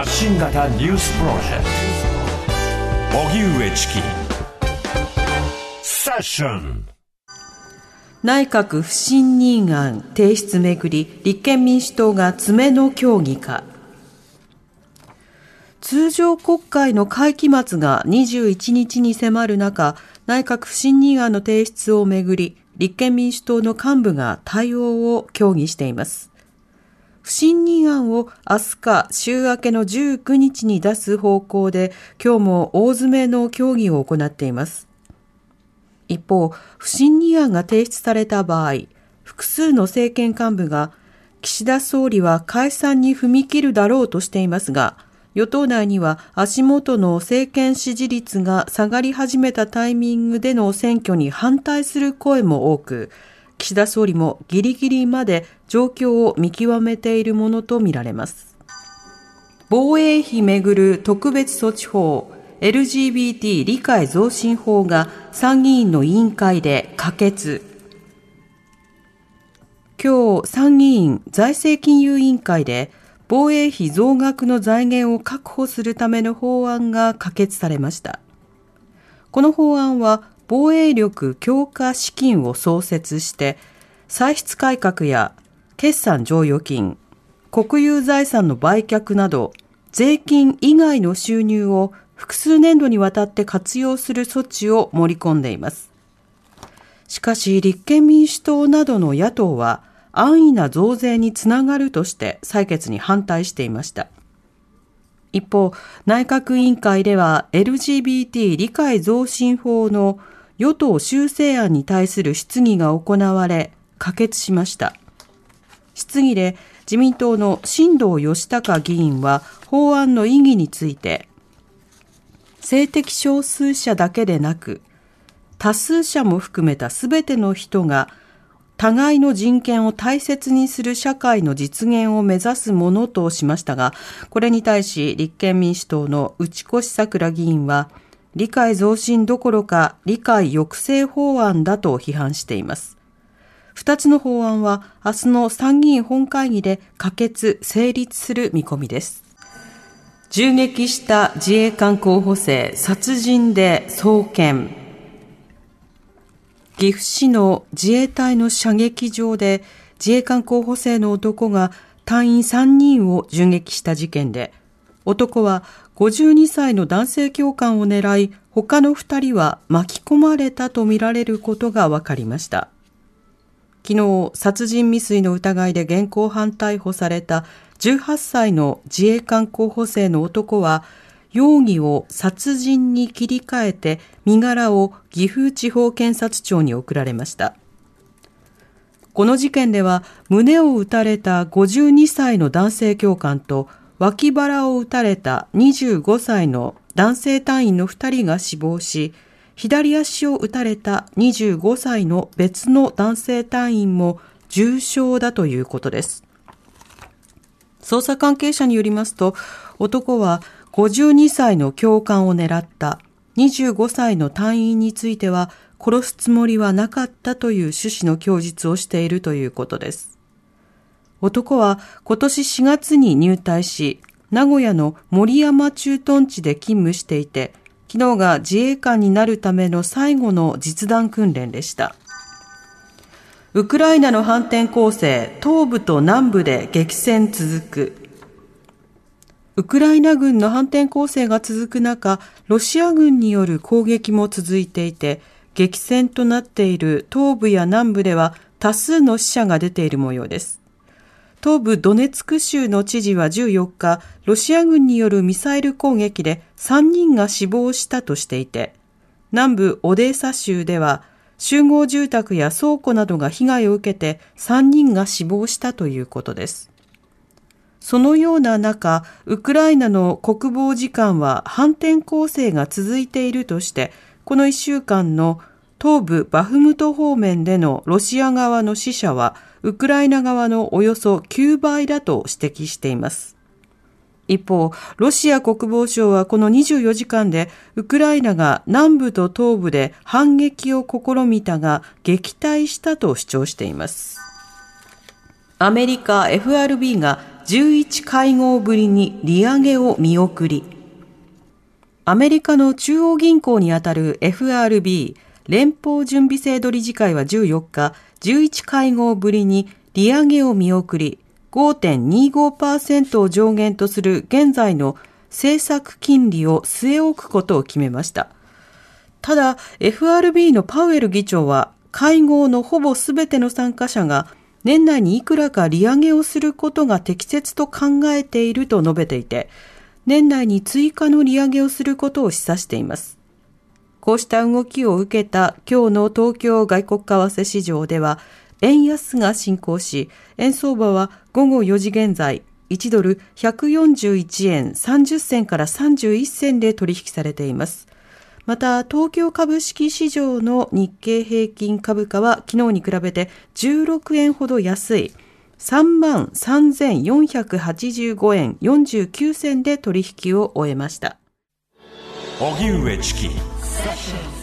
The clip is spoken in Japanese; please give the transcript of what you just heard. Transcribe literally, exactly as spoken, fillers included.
発信型ニュースプロジェクト荻上チキセッション。 内閣不信任案提出めぐり、立憲民主党が詰めの協議か。通常国会の会期末がにじゅういちにちに迫る中、内閣不信任案の提出をめぐり、立憲民主党の幹部が対応を協議しています。不信任案を明日か週明けのじゅうくにちに出す方向で、今日も大詰めの協議を行っています。一方、不信任案が提出された場合、複数の政権幹部が岸田総理は解散に踏み切るだろうとしていますが、与党内には足元の政権支持率が下がり始めたタイミングでの選挙に反対する声も多く、岸田総理もギリギリまで状況を見極めているものとみられます。防衛費めぐる特別措置法、エルジービーティー 理解増進法が参議院の委員会で可決。今日、参議院財政金融委員会で防衛費増額の財源を確保するための法案が可決されました。この法案は防衛力強化資金を創設して、歳出改革や決算剰余金、国有財産の売却など、税金以外の収入を複数年度にわたって活用する措置を盛り込んでいます。しかし、立憲民主党などの野党は、安易な増税につながるとして採決に反対していました。一方、内閣委員会では エルジービーティー 理解増進法の与党修正案に対する質疑が行われ、可決しました。質疑で自民党の新藤義孝議員は法案の意義について、性的少数者だけでなく、多数者も含めたすべての人が互いの人権を大切にする社会の実現を目指すものとしましたが、これに対し立憲民主党の内越さくら議員は、理解増進どころか理解抑制法案だと批判しています。二つの法案は明日の参議院本会議で可決・成立する見込みです。銃撃した自衛官候補生殺人で送検。岐阜市の自衛隊の射撃場で自衛官候補生の男が隊員さんにんを銃撃した事件で、男はごじゅうにさいの男性教官を狙い、他のふたりは巻き込まれたとみられることが分かりました。昨日、殺人未遂の疑いで現行犯逮捕されたじゅうはっさいの自衛官候補生の男は、容疑を殺人に切り替えて身柄を岐阜地方検察庁に送られました。この事件では胸を撃たれたごじゅうにさいの男性教官と脇腹を撃たれたにじゅうごさいの男性隊員のふたりが死亡し、左足を撃たれたにじゅうごさいの別の男性隊員も重傷だということです。捜査関係者によりますと、男はごじゅうにさいの教官を狙った。にじゅうごさいの隊員については殺すつもりはなかったという趣旨の供述をしているということです。男は今年しがつに入隊し、名古屋の守山駐屯地で勤務していて、昨日が自衛官になるための最後の実弾訓練でした。ウクライナの反転攻勢、東部と南部で激戦続く。ウクライナ軍の反転攻勢が続く中、ロシア軍による攻撃も続いていて、激戦となっている東部や南部では多数の死者が出ている模様です。東部ドネツク州の知事はじゅうよっか、ロシア軍によるミサイル攻撃でさんにんが死亡したとしていて、南部オデーサ州では集合住宅や倉庫などが被害を受けてさんにんが死亡したということです。そのような中、ウクライナの国防次官は反転攻勢が続いているとして、このいっしゅうかんの東部バフムト方面でのロシア側の死者は、ウクライナ側のおよそきゅうばいだと指摘しています。一方、ロシア国防省はこのにじゅうよじかんで、ウクライナが南部と東部で反撃を試みたが、撃退したと主張しています。アメリカ エフアールビー がじゅういち会合ぶりに利上げを見送り。アメリカの中央銀行にあたる エフアールビー 連邦準備制度理事会はじゅうよっか、じゅういち会合ぶりに利上げを見送り、ごてんにごパーセント を上限とする現在の政策金利を据え置くことを決めました。ただ、エフアールビー のパウエル議長は、会合のほぼすべての参加者が年内にいくらか利上げをすることが適切と考えていると述べていて、年内に追加の利上げをすることを示唆しています。こうした動きを受けた今日の東京外国為替市場では、円安が進行し、円相場はごごよじ現在、いちドルひゃくよんじゅういちえんさんじゅっせんからさんじゅういっせんで取引されています。また、東京株式市場の日経平均株価は昨日に比べてじゅうろくえんほど安いさんまんさんぜんよんひゃくはちじゅうごえんよんじゅうきゅうせんで取引を終えました。 荻上チキ